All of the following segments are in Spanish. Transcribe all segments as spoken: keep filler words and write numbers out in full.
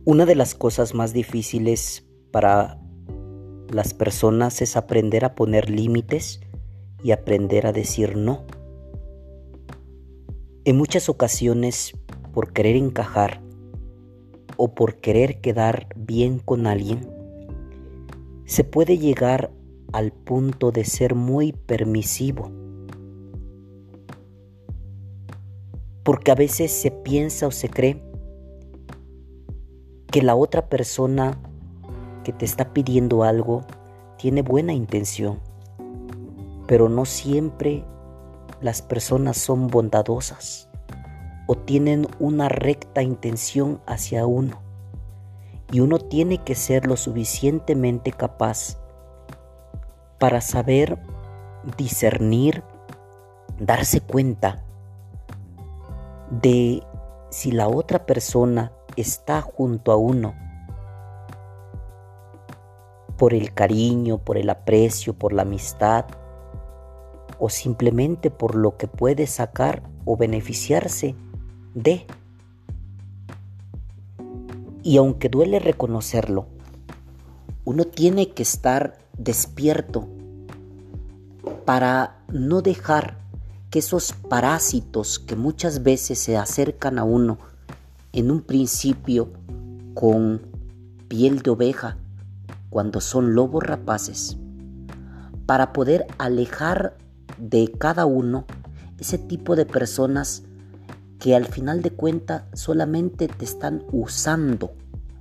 Una de las cosas más difíciles para las personas es aprender a poner límites y aprender a decir no. En muchas ocasiones, por querer encajar o por querer quedar bien con alguien, se puede llegar al punto de ser muy permisivo. Porque a veces se piensa o se cree que la otra persona que te está pidiendo algo tiene buena intención, pero no siempre las personas son bondadosas o tienen una recta intención hacia uno, y uno tiene que ser lo suficientemente capaz para saber discernir, darse cuenta de si la otra persona está junto a uno por el cariño, por el aprecio, por la amistad, o simplemente por lo que puede sacar o beneficiarse de. Y aunque duele reconocerlo, uno tiene que estar despierto para no dejar que esos parásitos que muchas veces se acercan a uno en un principio con piel de oveja, cuando son lobos rapaces, para poder alejar de cada uno ese tipo de personas que al final de cuentas solamente te están usando.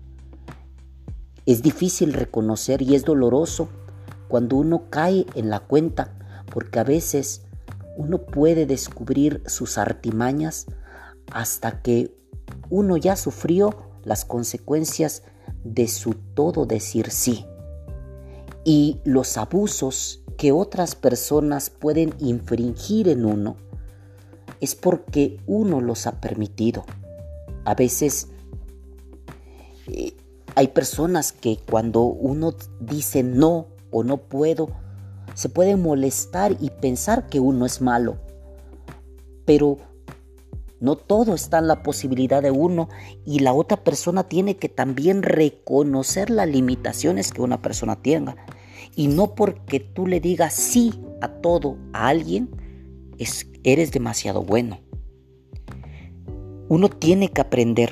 Es difícil reconocer y es doloroso cuando uno cae en la cuenta, porque a veces uno puede descubrir sus artimañas hasta que uno ya sufrió las consecuencias de su todo decir sí. Y los abusos que otras personas pueden infringir en uno es porque uno los ha permitido. A veces eh, hay personas que cuando uno dice no o no puedo, se pueden molestar y pensar que uno es malo. Pero no todo está en la posibilidad de uno, y la otra persona tiene que también reconocer las limitaciones que una persona tenga. Y no porque tú le digas sí a todo a alguien, es, eres demasiado bueno. Uno tiene que aprender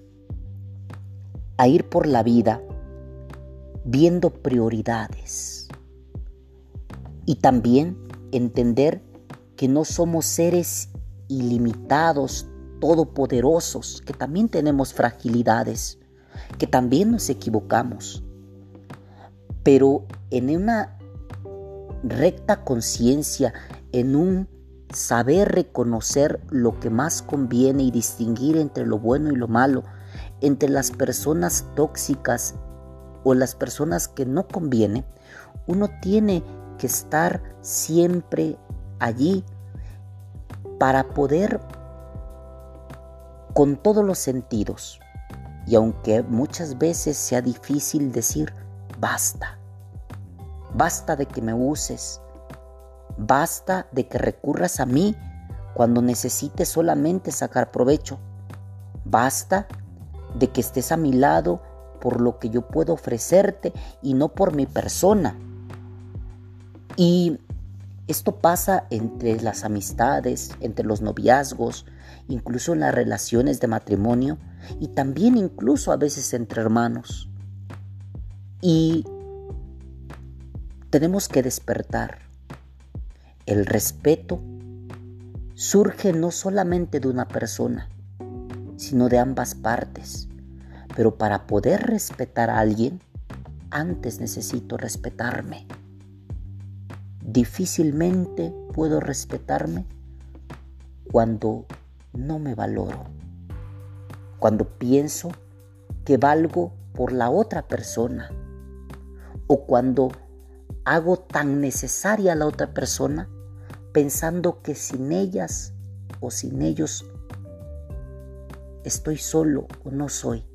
a ir por la vida viendo prioridades. Y también entender que no somos seres ilimitados, todopoderosos, que también tenemos fragilidades, que también nos equivocamos. Pero en una recta conciencia, en un saber reconocer lo que más conviene y distinguir entre lo bueno y lo malo, entre las personas tóxicas o las personas que no conviene, uno tiene que estar siempre allí para poder, con todos los sentidos, y aunque muchas veces sea difícil decir basta, basta de que me uses, basta de que recurras a mí cuando necesites solamente sacar provecho, basta de que estés a mi lado por lo que yo puedo ofrecerte y no por mi persona. Y esto pasa entre las amistades, entre los noviazgos, incluso en las relaciones de matrimonio, y también incluso a veces entre hermanos. Y tenemos que despertar. El respeto surge no solamente de una persona, sino de ambas partes. Pero para poder respetar a alguien, antes necesito respetarme. Difícilmente puedo respetarme cuando no me valoro, cuando pienso que valgo por la otra persona, o cuando hago tan necesaria a la otra persona pensando que sin ellas o sin ellos estoy solo o no soy.